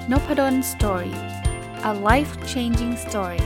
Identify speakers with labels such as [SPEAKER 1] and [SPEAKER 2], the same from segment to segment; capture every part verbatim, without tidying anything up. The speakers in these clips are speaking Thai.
[SPEAKER 1] Nopadon Story. A life-changing story.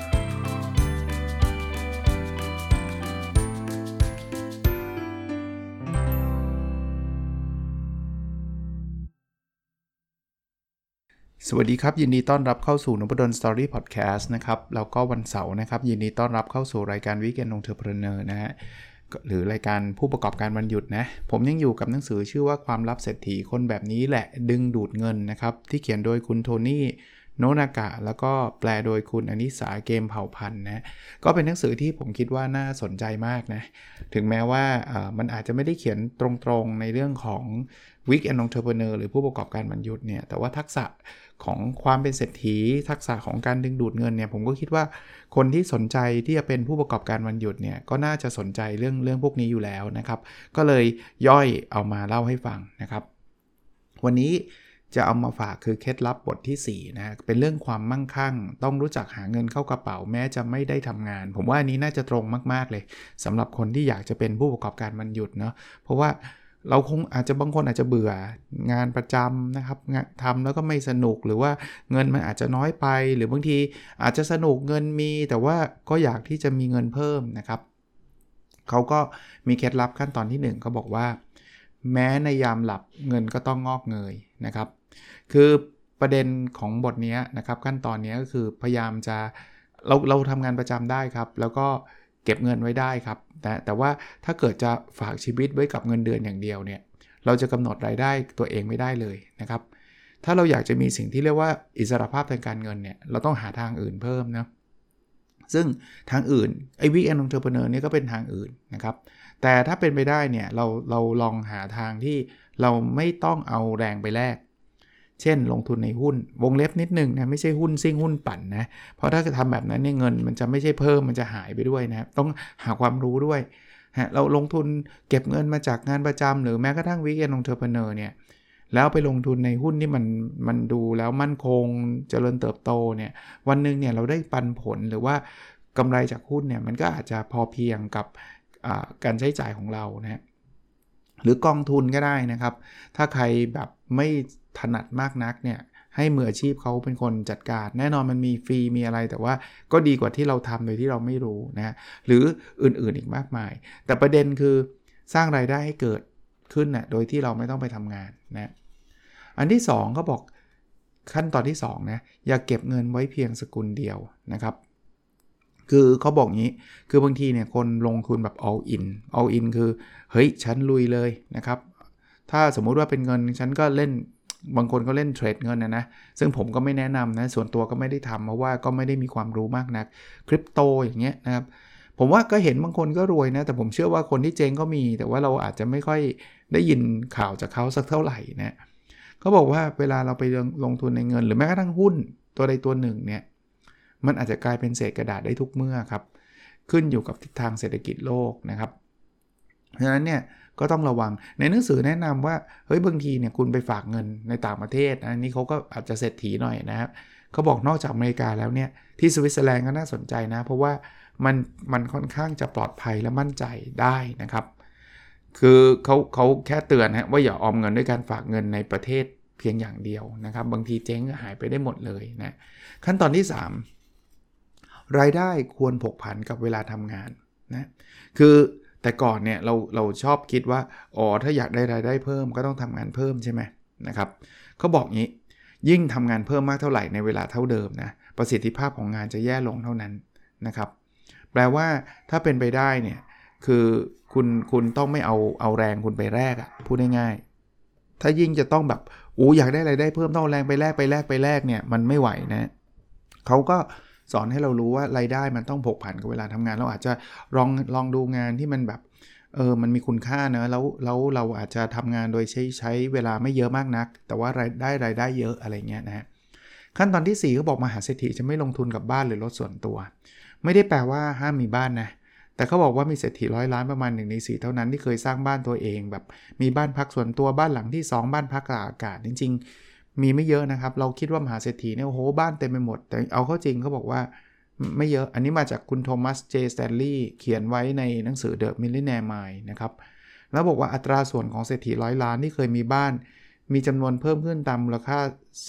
[SPEAKER 2] สวัสดีครับยินดีต้อนรับเข้าสู่ Nopadon Story Podcast นะครับแล้วก็วันเสาร์นะครับยินดีต้อนรับเข้าสู่รายการ Weekend Entrepreneur นะฮะหรือรายการผู้ประกอบการวันหยุดนะผมยังอยู่กับหนังสือชื่อว่าความลับเศรษฐีคนแบบนี้แหละดึงดูดเงินนะครับที่เขียนโดยคุณโทนี่โนนากะแล้วก็แปลโดยคุณอนิสาเกมเผ่าพันธุ์นะก็เป็นหนังสือที่ผมคิดว่าน่าสนใจมากนะถึงแม้ว่ามันอาจจะไม่ได้เขียนตรงๆในเรื่องของ Weekend Entrepreneur หรือผู้ประกอบการวันหยุดเนี่ยแต่ว่าทักษะของความเป็นเศรษฐีทักษะของการดึงดูดเงินเนี่ยผมก็คิดว่าคนที่สนใจที่จะเป็นผู้ประกอบการวันหยุดเนี่ยก็น่าจะสนใจเรื่องเรื่องพวกนี้อยู่แล้วนะครับก็เลยย่อยเอามาเล่าให้ฟังนะครับวันนี้จะเอามาฝากคือเคล็ดลับบทที่สี่นะเป็นเรื่องความมั่งคั่งต้องรู้จักหาเงินเข้ากระเป๋าแม้จะไม่ได้ทำงานผมว่าอันนี้น่าจะตรงมากๆเลยสำหรับคนที่อยากจะเป็นผู้ประกอบการวันหยุดเนาะเพราะว่าเราคงอาจจะบางคนอาจจะเบื่องานประจำนะครับทำแล้วก็ไม่สนุกหรือว่าเงินมันอาจจะน้อยไปหรือบางทีอาจจะสนุกเงินมีแต่ว่าก็อยากที่จะมีเงินเพิ่มนะครับเขาก็มีเคล็ดลับขั้นตอนที่หนึ่งเขาบอกว่าแม้ในยามหลับเงินก็ต้องงอกเงยนะครับคือประเด็นของบทนี้นะครับขั้นตอนนี้ก็คือพยายามจะเราเราทำงานประจำได้ครับแล้วก็เก็บเงินไว้ได้ครับแต่แต่ว่าถ้าเกิดจะฝากชีวิตไว้กับเงินเดือนอย่างเดียวเนี่ยเราจะกำหนดรายได้ตัวเองไม่ได้เลยนะครับถ้าเราอยากจะมีสิ่งที่เรียกว่าอิสรภาพทางการเงินเนี่ยเราต้องหาทางอื่นเพิ่มนะซึ่งทางอื่นไอ้ Weekend Entrepreneur เนี่ยก็เป็นทางอื่นนะครับแต่ถ้าเป็นไปได้เนี่ยเราเราลองหาทางที่เราไม่ต้องเอาแรงไปแลกเช่นลงทุนในหุ้นวงเล็บนิดนึงนะไม่ใช่หุ้นซิ่งหุ้นปั่นนะเพราะถ้าจะทำแบบนั้นเนี่ยเงินมันจะไม่ใช่เพิ่มมันจะหายไปด้วยนะต้องหาความรู้ด้วยฮะเราลงทุนเก็บเงินมาจากงานประจำหรือแม้กระทั่ง Weekend Entrepreneur เนี่ยแล้วไปลงทุนในหุ้นที่มันมันดูแล้วมั่นคงเจริญเติบโตเนี่ยวันนึงเนี่ยเราได้ปันผลหรือว่ากำไรจากหุ้นเนี่ยมันก็อาจจะพอเพียงกับการใช้จ่ายของเรานะหรือกองทุนก็ได้นะครับถ้าใครแบบไม่ถนัดมากนักเนี่ยให้มืออาชีพเขาเป็นคนจัดการแน่นอนมันมีฟรีมีอะไรแต่ว่าก็ดีกว่าที่เราทำโดยที่เราไม่รู้นะหรืออื่นๆอีกมากมายแต่ประเด็นคือสร้างรายได้ให้เกิดขึ้นนะโดยที่เราไม่ต้องไปทำงานนะอันที่สองเขาบอกขั้นตอนที่สองนะอย่าเก็บเงินไว้เพียงสกุลเดียวนะครับคือเขาบอกงี้คือบางทีเนี่ยคนลงทุนแบบ all in all in คือเฮ้ยฉันลุยเลยนะครับถ้าสมมุติว่าเป็นเงินฉันก็เล่นบางคนก็เล่นเทรดเงินนะนะซึ่งผมก็ไม่แนะนำนะส่วนตัวก็ไม่ได้ทำเพราะว่าก็ไม่ได้มีความรู้มากนักคริปโตอย่างเงี้ยนะครับผมว่าก็เห็นบางคนก็รวยนะแต่ผมเชื่อว่าคนที่เจ๊งก็มีแต่ว่าเราอาจจะไม่ค่อยได้ยินข่าวจากเขาสักเท่าไหร่นะเขาบอกว่าเวลาเราไปลงทุนในเงินหรือแม้กระทั่งหุ้นตัวใดตัวหนึ่งเนี่ยมันอาจจะกลายเป็นเศษกระดาษได้ทุกเมื่อครับขึ้นอยู่กับทิศทางเศรษฐกิจโลกนะครับเพราะฉะนั้นเนี่ยก็ต้องระวังในหนังสือแนะนำว่าเฮ้ยบางทีเนี่ยคุณไปฝากเงินในต่างประเทศอันนี้เขาก็อาจจะเศรษฐีหน่อยนะครับเขาบอกนอกจากอเมริกาแล้วเนี่ยที่สวิตเซอร์แลนด์ก็น่าสนใจนะเพราะว่ามันมันค่อนข้างจะปลอดภัยและมั่นใจได้นะครับคือเขาเขาแค่เตือนนะว่าอย่าออมเงินด้วยการฝากเงินในประเทศเพียงอย่างเดียวนะครับบางทีเจ๊งหายไปได้หมดเลยนะขั้นตอนที่สามรายได้ควรผกผันกับเวลาทำงานนะคือแต่ก่อนเนี่ยเราเราชอบคิดว่าอ๋อถ้าอยากได้รายได้เพิ่มก็ต้องทำงานเพิ่มใช่ไหมนะครับเขาบอกงี้ยิ่งทำงานเพิ่มมากเท่าไหร่ในเวลาเท่าเดิมนะประสิทธิภาพของงานจะแย่ลงเท่านั้นนะครับแปลว่าถ้าเป็นไปได้เนี่ยคือคุณคุณต้องไม่เอาเอาแรงคุณไปแลกอ่ะพูดง่ายๆถ้ายิ่งจะต้องแบบโอ้อยากได้รายได้เพิ่มต้องแรงไปแลกไปแลกไปแลกเนี่ยมันไม่ไหวนะเขาก็สอนให้เรารู้ว่ารายได้มันต้องผกผันกับเวลาทำงานเราอาจจะลองลองดูงานที่มันแบบเออมันมีคุณค่านะแล้วแล้วเราอาจจะทำงานโดยใช้ใช้เวลาไม่เยอะมากนักแต่ว่ารายได้รายได้เยอะอะไรเงี้ยนะฮะขั้นตอนที่สี่เขาบอกมหาเศรษฐีจะไม่ลงทุนกับบ้านหรือรถส่วนตัวไม่ได้แปลว่าห้ามมีบ้านนะแต่เขาบอกว่ามีเศรษฐีร้อยล้านประมาณหนึ่งในสี่เท่านั้นที่เคยสร้างบ้านตัวเองแบบมีบ้านพักส่วนตัวบ้านหลังที่สองบ้านพักตากอากาศจริงๆมีไม่เยอะนะครับเราคิดว่ามหาเศรษฐีเนี่ยโอ้โหบ้านเต็มไปหมดแต่เอาเข้าจริงเขาบอกว่าไม่เยอะอันนี้มาจากคุณโทมัสเจสแตนลีย์เขียนไว้ในหนังสือ The Millionaire Mind นะครับแล้วบอกว่าอัตราส่วนของเศรษฐีร้อยล้านที่เคยมีบ้านมีจำนวนเพิ่มขึ้นตามมูลค่าทรัพย์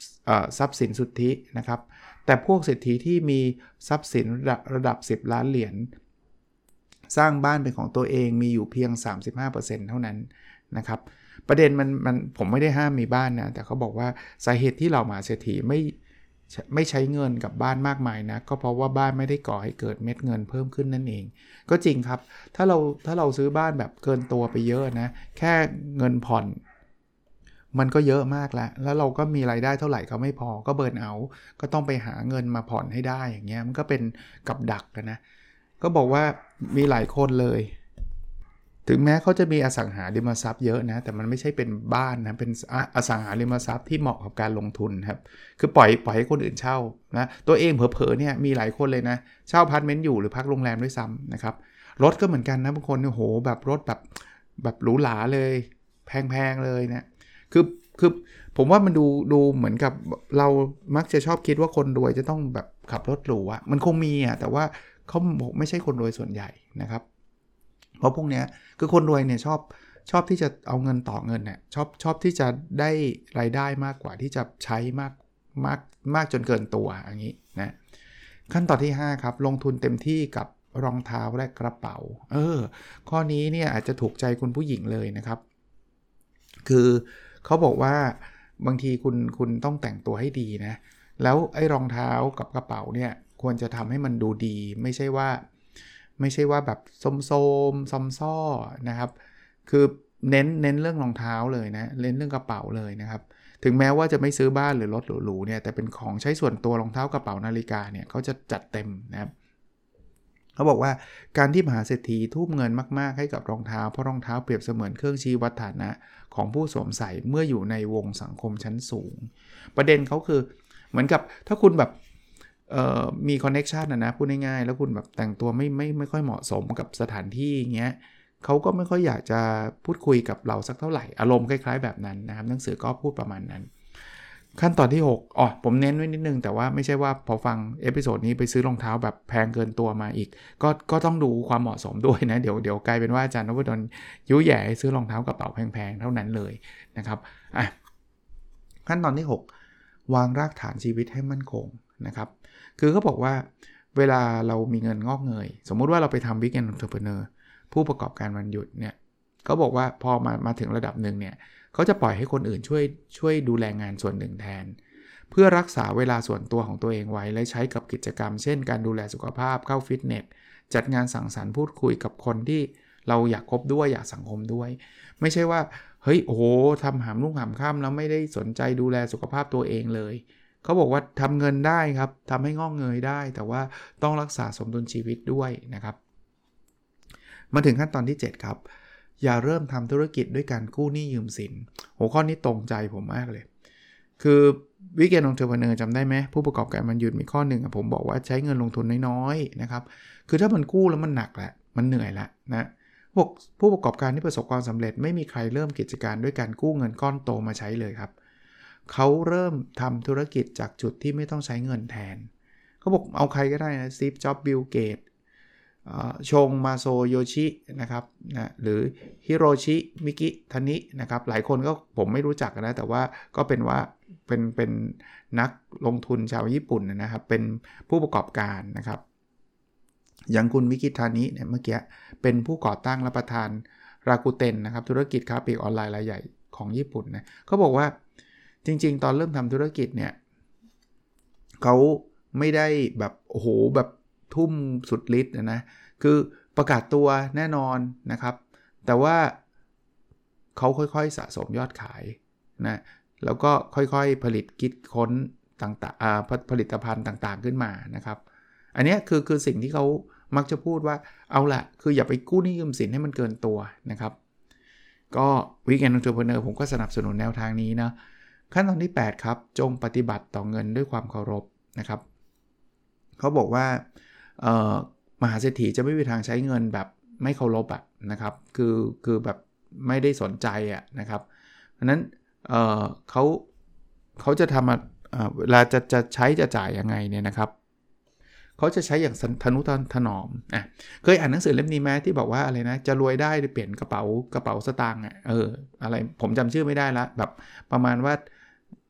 [SPEAKER 2] ทรัพย์สินสุทธินะครับแต่พวกเศรษฐีที่มีทรัพย์สินระดับระดับสิบล้านเหรียญสร้างบ้านเป็นของตัวเองมีอยู่เพียง สามสิบห้าเปอร์เซ็นต์ เท่านั้นนะครับประเด็นมันมันผมไม่ได้ห้ามมีบ้านนะแต่เขาบอกว่าสาเหตุที่เหล่ามหาเศรษฐีไม่ไม่ใช้เงินกับบ้านมากมายนะก็เพราะว่าบ้านไม่ได้ก่อให้เกิดเม็ดเงินเพิ่มขึ้นนั่นเองก็จริงครับถ้าเราถ้าเราซื้อบ้านแบบเกินตัวไปเยอะนะแค่เงินผ่อนมันก็เยอะมากแล้วแล้วเราก็มีรายได้เท่าไหร่ก็ไม่พอก็เบิร์นเอาท์ก็ต้องไปหาเงินมาผ่อนให้ได้อย่างเงี้ยมันก็เป็นกับดักกันนะก็บอกว่ามีหลายคนเลยถึงแม้เขาจะมีอสังหาริมทรัพย์เยอะนะแต่มันไม่ใช่เป็นบ้านนะเป็นอสังหาริมทรัพย์ที่เหมาะกับการลงทุนครับคือปล่อยปล่อยให้คนอื่นเช่านะตัวเองเผลอๆเนี่ยมีหลายคนเลยนะเช่าอพาร์ตเมนต์อยู่หรือพักโรงแรมด้วยซ้ำนะครับรถก็เหมือนกันนะบางคนโอ้โหแบบรถแบบแบบหรูหราเลยแพงๆเลยเนี่ยคือคือผมว่ามันดูดูเหมือนกับเรามักจะชอบคิดว่าคนรวยจะต้องแบบขับรถหรูอะมันคงมีอะแต่ว่าเขาไม่ใช่คนรวยส่วนใหญ่นะครับเพราะพวกเนี้ยคือคนรวยเนี่ยชอบชอบที่จะเอาเงินต่อเงินเนี่ยชอบชอบที่จะได้รายได้มากกว่าที่จะใช้มากมากมากจนเกินตัวอย่างนี้นะขั้นตอนที่ห้าครับลงทุนเต็มที่กับรองเท้าและกระเป๋าเออข้อนี้เนี่ยอาจจะถูกใจคุณผู้หญิงเลยนะครับคือเขาบอกว่าบางทีคุณคุณต้องแต่งตัวให้ดีนะแล้วไอ้รองเท้ากับกระเป๋าเนี่ยควรจะทำให้มันดูดีไม่ใช่ว่าไม่ใช่ว่าแบบโซมๆซอมซ่อนะครับคือเน้นเน้นเรื่องรองเท้าเลยนะเน้นเรื่องกระเป๋าเลยนะครับถึงแม้ว่าจะไม่ซื้อบ้านหรือรถหรูๆเนี่ยแต่เป็นของใช้ส่วนตัวรองเท้ากระเป๋านาฬิกาเนี่ยเขาจะจัดเต็มนะครับเขาบอกว่าการที่มหาเศรษฐีทุ่มเงินมากๆให้กับรองเท้าเพราะรองเท้าเปรียบเสมือนเครื่องชี้วัดฐานะของผู้สวมใส่เมื่ออยู่ในวงสังคมชั้นสูงประเด็นเขาคือเหมือนกับถ้าคุณแบบมีคอนเนคชันนะนะพูดง่ายๆแล้วคุณแบบแต่งตัวไม่ไม่ไม่ค่อยเหมาะสมกับสถานที่อย่างเงี้ยเขาก็ไม่ค่อยอยากจะพูดคุยกับเราสักเท่าไหร่อารมณ์คล้ายๆแบบนั้นนะครับหนังสือก็พูดประมาณนั้นขั้นตอนที่หกอ๋อผมเน้นไว้นิดนึงแต่ว่าไม่ใช่ว่าพอฟังเอพิโซดนี้ไปซื้อรองเท้าแบบแพงเกินตัวมาอีกก็ก็ต้องดูความเหมาะสมด้วยนะเดี๋ยวเดี๋ยวกลายเป็นว่าอาจารย์นพดลยุแย่ให้ซื้อรองเท้ากระเป๋าแพงๆเท่านั้นเลยนะครับอ่ะขั้นตอนที่หกวางรากฐานชีวิตให้มั่นคงนะครับคือเขาบอกว่าเวลาเรามีเงินงอกเงยสมมุติว่าเราไปทำ Weekend Entrepreneur ผู้ประกอบการวันหยุดเนี่ยเขาบอกว่าพอมามาถึงระดับหนึ่งเนี่ยเขาจะปล่อยให้คนอื่นช่วยช่วยดูแลงานส่วนหนึ่งแทนเพื่อรักษาเวลาส่วนตัวของตัวเองไว้และใช้กับกิจกรรมเช่นการดูแลสุขภาพเข้าฟิตเนสจัดงานสังสรรค์พูดคุยกับคนที่เราอยากคบด้วยอยากสังคมด้วยไม่ใช่ว่าเฮ้ยโอ้โหทำหามรุ่งหามค่ำแล้วไม่ได้สนใจดูแลสุขภาพตัวเองเลยเขาบอกว่าทำเงินได้ครับทำให้งอกเงยได้แต่ว่าต้องรักษาสมดุลชีวิตด้วยนะครับมาถึงขั้นตอนที่เจ็ดครับอย่าเริ่มทำธุรกิจด้วยการกู้หนี้ยืมสินหัวข้อนี้ตรงใจผมมากเลยคือ Weekend Entrepreneur จำได้ไหมผู้ประกอบการมันหยุดมีข้อหนึ่งผมบอกว่าใช้เงินลงทุนน้อยๆนะครับคือถ้ามันกู้แล้วมันหนักแหละมันเหนื่อยละนะพวกผู้ประกอบการที่ประสบความสำเร็จไม่มีใครเริ่มกิจการด้วยการกู้เงินก้อนโตมาใช้เลยครับเขาเริ่มทำธุรกิจจากจุดที่ไม่ต้องใช้เงินแทนเขาบอกเอาใครก็ได้นะสตีฟ จ็อบส์ บิล เกตส์ชงมาโซโยชินะครับนะหรือฮิโรชิมิกิทานินะครับหลายคนก็ผมไม่รู้จักนะแต่ว่าก็เป็นว่าเป็นเป็นนักลงทุนชาวญี่ปุ่นนะครับเป็นผู้ประกอบการนะครับอย่างคุณมิกิทานิเนี่ยเมื่อกี้เป็นผู้ก่อตั้งและประธานรากูเต็นนะครับธุรกิจค้าปลีกออนไลน์รายใหญ่ของญี่ปุ่นนะเขาบอกว่าจริงๆตอนเริ่มทำธุรกิจเนี่ยเขาไม่ได้แบบโอ้โหแบบทุ่มสุดฤทธิ์นะคือประกาศตัวแน่นอนนะครับแต่ว่าเขาค่อยๆสะสมยอดขายนะแล้วก็ค่อยๆผลิตคิดค้นต่างๆผลิตภัณฑ์ต่างๆขึ้นมานะครับอันนี้คือคือสิ่งที่เขามักจะพูดว่าเอาละคืออย่าไปกู้หนี้ยืมสินให้มันเกินตัวนะครับก็ Weekend Entrepreneur ผมก็สนับสนุนแนวทางนี้นะขั้นตอนที่แปดครับจงปฏิบัติต่อเงินด้วยความเคารพนะครับเขาบอกว่าเอ่อมหาเศรษฐีจะไม่มีทางใช้เงินแบบไม่เคารพอะนะครับคือคือแบบไม่ได้สนใจอะนะครับเพราะนั้นเอ่อเขาเขาจะทำเวลาจะจะใช้จะจ่ายยังไงเนี่ยนะครับเขาจะใช้อย่างทนุถนอมอ่ะเคยอ่านหนังสือเล่มนี้ไหมที่บอกว่าอะไรนะจะรวยได้เปลี่ยนกระเป๋ากระเป๋าสตางค์อ่ะเอออะไรผมจำชื่อไม่ได้ละแบบประมาณว่า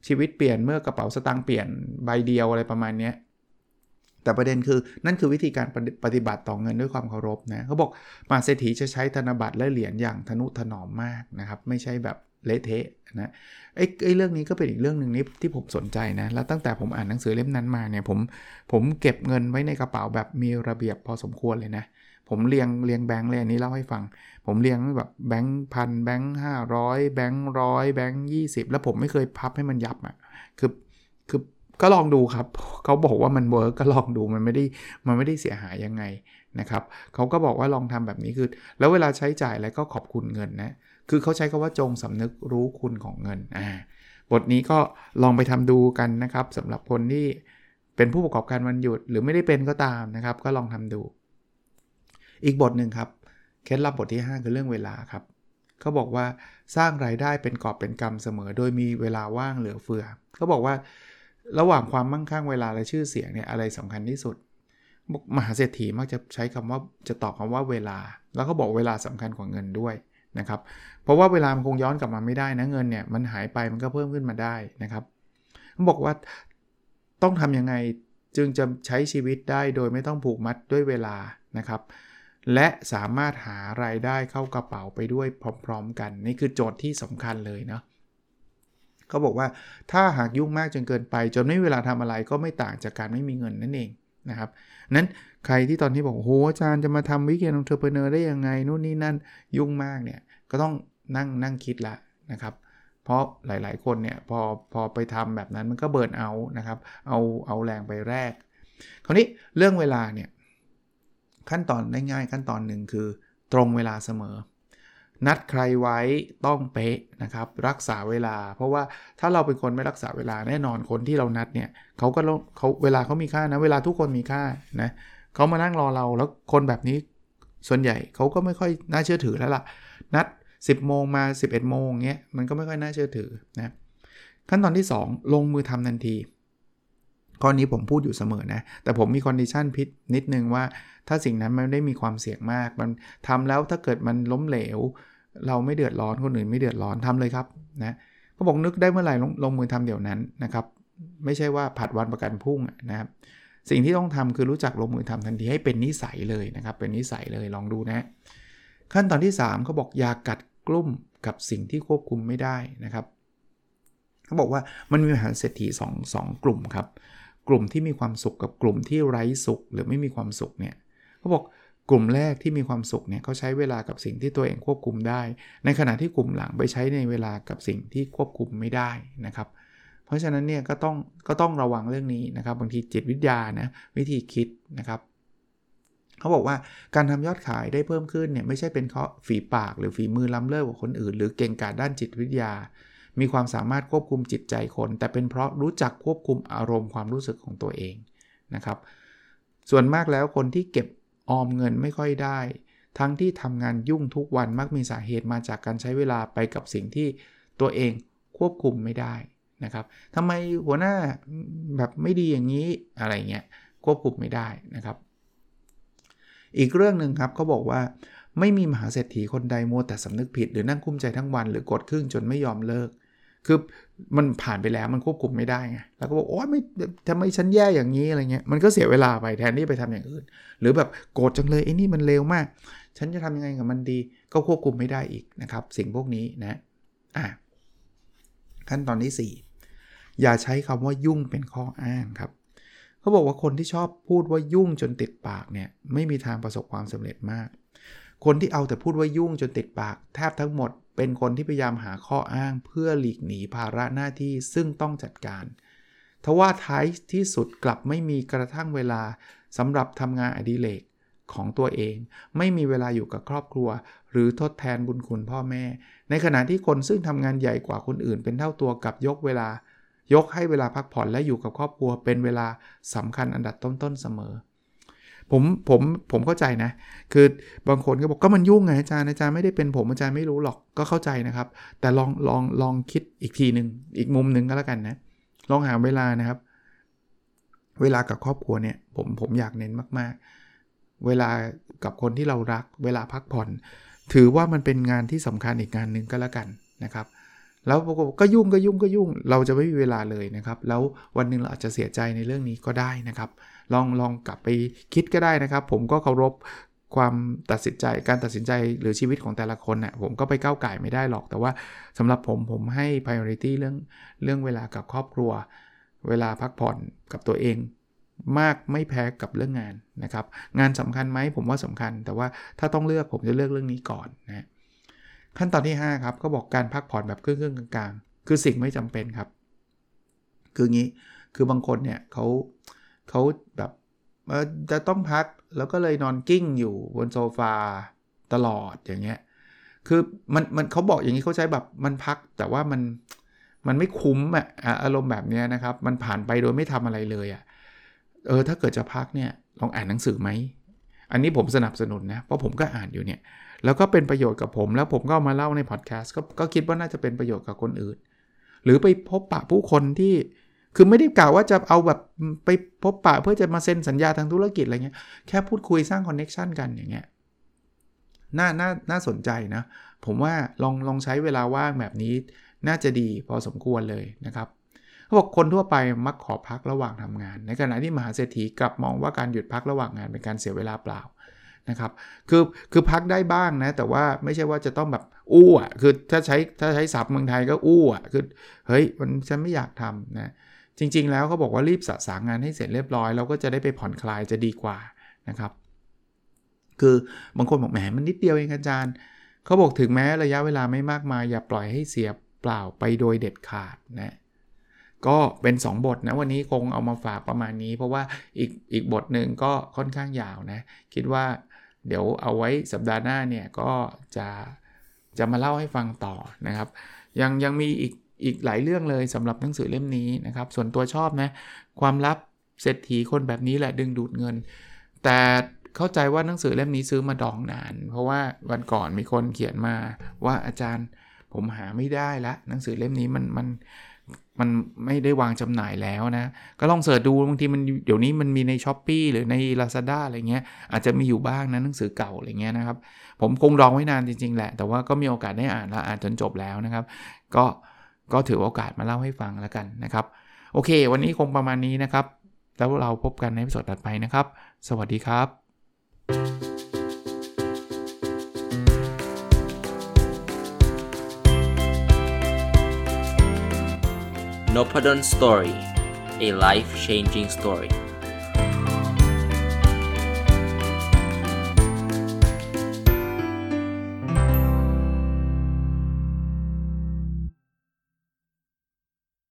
[SPEAKER 2] ชีวิตเปลี่ยนเมื่อกระเป๋าสตางค์เปลี่ยนใบเดียวอะไรประมาณนี้แต่ประเด็นคือนั่นคือวิธีการปฏิบัติต่อเงินด้วยความเคารพนะเขาบอกมหาเศรษฐีจะใช้ธนบัตรและเหรียญอย่างทนุถนอมมากนะครับไม่ใช่แบบเละเทะนะไอ้ไอ้เรื่องนี้ก็เป็นอีกเรื่องนึงนี้ที่ผมสนใจนะแล้วตั้งแต่ผมอ่านหนังสือเล่มนั้นมาเนี่ยผมผมเก็บเงินไว้ในกระเป๋าแบบมีระเบียบพอสมควรเลยนะผมเรียงเรียงแบงค์เลยอันนี้เล่าให้ฟังผมเรียงแบบแบงค์พันแบงค์ห้าร้อยแบงค์ร้อยแบงค์ยี่สิบแล้วผมไม่เคยพับให้มันยับอ่ะคือคือก็ลองดูครับเขาบอกว่ามันเวิร์กก็ลองดูมันไม่ได้มันไม่ได้เสียหายยังไงนะครับเขาก็บอกว่าลองทำแบบนี้คือแล้วเวลาใช้จ่ายอะไรก็ขอบคุณเงินนะคือเขาใช้คำว่าจงสำนึกรู้คุณของเงินอ่าบทนี้ก็ลองไปทำดูกันนะครับสำหรับคนที่เป็นผู้ประกอบการวันหยุดหรือไม่ได้เป็นก็ตามนะครับก็ลองทำดูอีกบทหนึ่งครับเคล็ดลับบทที่ห้าคือเรื่องเวลาครับเขาบอกว่าสร้างรายได้เป็นกอบเป็นกำเสมอโดยมีเวลาว่างเหลือเฟือเขาบอกว่าระหว่างความมั่งคั่งเวลาและชื่อเสียงเนี่ยอะไรสำคัญที่สุดมหาเศรษฐีมักจะใช้คำว่าจะตอบคำว่าเวลาแล้วเขาบอกเวลาสำคัญกว่าเงินด้วยนะครับเพราะว่าเวลามันคงย้อนกลับมาไม่ได้นะเงินเนี่ยมันหายไปมันก็เพิ่มขึ้นมาได้นะครับเขาบอกว่าต้องทำยังไงจึงจะใช้ชีวิตได้โดยไม่ต้องผูกมัดด้วยเวลานะครับและสามารถหารายได้เข้ากระเป๋าไปด้วยพร้อมๆกันนี่คือโจทย์ที่สำคัญเลยเนาะเขาบอกว่าถ้าหากยุ่งมากจนเกินไปจนไม่มีเวลาทำอะไรก็ไม่ต่างจากการไม่มีเงินนั่นเองนะครับนั้นใครที่ตอนที่บอกโอ้โหอาจารย์จะมาทำวิกเอนด์ Entrepreneur ได้ยังไงนู่นนี่นั่นยุ่งมากเนี่ยก็ต้องนั่งนั่งคิดละนะครับเพราะหลายๆคนเนี่ยพอพอไปทำแบบนั้นมันก็เบิร์นเอาท์นะครับเอาเอาแรงไปแรกคราวนี้เรื่องเวลาเนี่ยขั้นตอนง่ายๆขั้นตอนหนึ่งคือตรงเวลาเสมอนัดใครไว้ต้องเป๊ะนะครับรักษาเวลาเพราะว่าถ้าเราเป็นคนไม่รักษาเวลาแน่นอนคนที่เรานัดเนี่ยเขาก็เขาเวลาเขามีค่านะเวลาทุกคนมีค่านะเขามานั่งรอเราแล้วคนแบบนี้ส่วนใหญ่เขาก็ไม่ค่อยน่าเชื่อถือแล้วล่ะนัดสิบโมงมาสิบเอ็ดโมงเงี้ยมันก็ไม่ค่อยน่าเชื่อถือนะขั้นตอนที่สองลงมือทำทันทีข้อนี้ผมพูดอยู่เสมอนะแต่ผมมีคอนดิชันพิษนิดนึงว่าถ้าสิ่งนั้นมันไม่ได้มีความเสี่ยงมากมันทำแล้วถ้าเกิดมันล้มเหลวเราไม่เดือดร้อนคนอื่นไม่เดือดร้อนทำเลยครับนะเขาบอกนึกได้เมื่อไหร่ลงลงมือทำเดี๋ยวนั้นนะครับไม่ใช่ว่าผัดวันประกันพรุ่งนะครับสิ่งที่ต้องทำคือรู้จักลงมือทำทันทีให้เป็นนิสัยเลยนะครับเป็นนิสัยเลยลองดูนะขั้นตอนที่สามเขาบอกอย่ากัดกลุ่มกับสิ่งที่ควบคุมไม่ได้นะครับเขาบอกว่ามันมีมหาเศรษฐีสอง สองกลุ่มครับกลุ่มที่มีความสุขกับกลุ่มที่ไร้สุขหรือไม่มีความสุขเนี่ยเขาบอกกลุ่มแรกที่มีความสุขเนี่ยเขาใช้เวลากับสิ่งที่ตัวเองควบคุมได้ในขณะที่กลุ่มหลังไปใช้ในเวลากับสิ่งที่ควบคุมไม่ได้นะครับเพราะฉะนั้นเนี่ยก็ต้องก็ต้องระวังเรื่องนี้นะครับบางทีจิตวิทยานะวิธีคิดนะครับเขาบอกว่าการทำยอดขายได้เพิ่มขึ้นเนี่ยไม่ใช่เป็นเพราะฝีปากหรือฝีมือล้ำเลิศกว่าคนอื่นหรือเก่งกาจด้านจิตวิทยามีความสามารถควบคุมจิตใจคนแต่เป็นเพราะรู้จักควบคุมอารมณ์ความรู้สึกของตัวเองนะครับส่วนมากแล้วคนที่เก็บออมเงินไม่ค่อยได้ทั้งที่ทำงานยุ่งทุกวันมักมีสาเหตุมาจากการใช้เวลาไปกับสิ่งที่ตัวเองควบคุมไม่ได้นะครับทำไมหัวหน้าแบบไม่ดีอย่างนี้อะไรเงี้ยควบคุมไม่ได้นะครับอีกเรื่องนึงครับเขาบอกว่าไม่มีมหาเศรษฐีคนใดมัวแต่สำนึกผิดหรือนั่งกุ้มใจทั้งวันหรือกดครึ่งจนไม่ยอมเลิกคือมันผ่านไปแล้วมันควบคุมไม่ได้ไงแล้วก็บอกโอ๊ยไม่ทำไมฉันแย่อย่างนี้อะไรเงี้ยมันก็เสียเวลาไปแทนที่ไปทำอย่างอื่นหรือแบบโกรธจังเลยไอ้นี่มันเลวมากฉันจะทำยังไงกับมันดีก็ควบคุมไม่ได้อีกนะครับสิ่งพวกนี้นะอ่ะขั้นตอนที่สี่อย่าใช้คำว่ายุ่งเป็นข้ออ้างครับเขาบอกว่าคนที่ชอบพูดว่ายุ่งจนติดปากเนี่ยไม่มีทางประสบความสำเร็จมากคนที่เอาแต่พูดว่ายุ่งจนติดปากแทบทั้งหมดเป็นคนที่พยายามหาข้ออ้างเพื่อหลีกหนีภาระหน้าที่ซึ่งต้องจัดการทว่าท้ายที่สุดกลับไม่มีกระทั่งเวลาสำหรับทำงานอดิเรกของตัวเองไม่มีเวลาอยู่กับครอบครัวหรือทดแทนบุญคุณพ่อแม่ในขณะที่คนซึ่งทำงานใหญ่กว่าคนอื่นเป็นเท่าตัวกับยกเวลายกให้เวลาพักผ่อนและอยู่กับครอบครัวเป็นเวลาสำคัญอันดับต้นๆเสมอผมผมผมเข้าใจนะคือบางคนก็บอกก็มันยุ่งไงอาจารย์อาจารย์ไม่ได้เป็นผมอาจารย์ไม่รู้หรอกก็เข้าใจนะครับแต่ลองลองลองคิดอีกทีนึงอีกมุมนึงก็แล้วกันนะลองหาเวลานะครับเวลากับครอบครัวเนี่ยผมผมอยากเน้นมากๆเวลากับคนที่เรารักเวลาพักผ่อนถือว่ามันเป็นงานที่สำคัญอีกงานนึงก็แล้วกันนะครับแล้วก็ยุ่งก็ยุ่งก็ยุ่งเราจะไม่มีเวลาเลยนะครับแล้ววันนึงเราอาจจะเสียใจในเรื่องนี้ก็ได้นะครับลองลองกลับไปคิดก็ได้นะครับผมก็เคารพความตัดสินใจการตัดสินใจหรือชีวิตของแต่ละคนน่ะผมก็ไปก้าวไก่ไม่ได้หรอกแต่ว่าสำหรับผมผมให้ priority เรื่องเรื่องเวลากับครอบครัวเวลาพักผ่อนกับตัวเองมากไม่แพ้กับเรื่องงานนะครับงานสำคัญไหมผมว่าสำคัญแต่ว่าถ้าต้องเลือกผมจะเลือกเรื่องนี้ก่อนนะขั้นตอนที่ห้าครับก็บอกการพักผ่อนแบบครึ่งๆกลางๆคือสิ่งไม่จำเป็นครับคืองี้คือบางคนเนี่ยเขาเขาแบบจะต้องพักแล้วก็เลยนอนกิ้งอยู่บนโซฟาตลอดอย่างเงี้ยคือมันมันเขาบอกอย่างนี้เขาใช้แบบมันพักแต่ว่ามันมันไม่คุ้มอ่ะอารมณ์แบบนี้นะครับมันผ่านไปโดยไม่ทำอะไรเลยอ่ะเออถ้าเกิดจะพักเนี่ยลองอ่านหนังสือไหมอันนี้ผมสนับสนุนนะเพราะผมก็อ่านอยู่เนี่ยแล้วก็เป็นประโยชน์กับผมแล้วผมก็มาเล่าในพอดแคสต์ก็ก็คิดว่าน่าจะเป็นประโยชน์กับคนอื่นหรือไปพบปะผู้คนที่คือไม่ได้กล่าวว่าจะเอาแบบไปพบปะเพื่อจะมาเซ็นสัญญาทางธุรกิจอะไรเงี้ยแค่พูดคุยสร้างคอนเนคชั่นกันอย่างเงี้ยน่าน่าน่าสนใจนะผมว่าลองลองใช้เวลาว่างแบบนี้น่าจะดีพอสมควรเลยนะครับเขาบอกคนทั่วไปมักขอพักระหว่างทำงานในขณะที่มหาเศรษฐีกลับมองว่าการหยุดพักระหว่างงานเป็นการเสียเวลาเปล่านะครับคือคือพักได้บ้างนะแต่ว่าไม่ใช่ว่าจะต้องแบบอู้อ่ะคือถ้าใช้ถ้าใช้ศัพท์เมืองไทยก็อู้อ่ะคือเฮ้ยมันฉันไม่อยากทำนะจริงๆแล้วเขาบอกว่ารีบสะสางงานให้เสร็จเรียบร้อยแล้วก็จะได้ไปผ่อนคลายจะดีกว่านะครับคือบางคนบอกแหมมันนิดเดียวเองอาจารย์เขาบอกถึงแม้ระยะเวลาไม่มากมายอย่าปล่อยให้เสียเปล่าไปโดยเด็ดขาดนะก็เป็นสองบทนะวันนี้คงเอามาฝากประมาณนี้เพราะว่าอีกอีกบทนึงก็ค่อนข้างยาวนะคิดว่าเดี๋ยวเอาไว้สัปดาห์หน้าเนี่ยก็จะจะมาเล่าให้ฟังต่อนะครับยังยังมีอีกอีกหลายเรื่องเลยสำหรับหนังสือเล่มนี้นะครับส่วนตัวชอบนะความลับเศรษฐีคนแบบนี้แหละดึงดูดเงินแต่เข้าใจว่าหนังสือเล่มนี้ซื้อมาดองนานเพราะว่าวันก่อนมีคนเขียนมาว่าอาจารย์ผมหาไม่ได้ละหนังสือเล่มนี้มันมันมันไม่ได้วางจำหน่ายแล้วนะก็ลองเสิร์ชดูบางทีมันเดี๋ยวนี้มันมีใน Shopee หรือใน Lazada อะไรเงี้ยอาจจะมีอยู่บ้างนะหนังสือเก่าอะไรเงี้ยนะครับผมคงรองไว้นานจริงๆแหละแต่ว่าก็มีโอกาสได้อ่านแล้วอ่านจนจบแล้วนะครับก็ก็ถือโอกาสมาเล่าให้ฟังแล้วกันนะครับโอเควันนี้คงประมาณนี้นะครับแล้วเราพบกันในตอนถัดไปนะครับสวัสดีครับ
[SPEAKER 3] Nopadon Story, a life-changing story.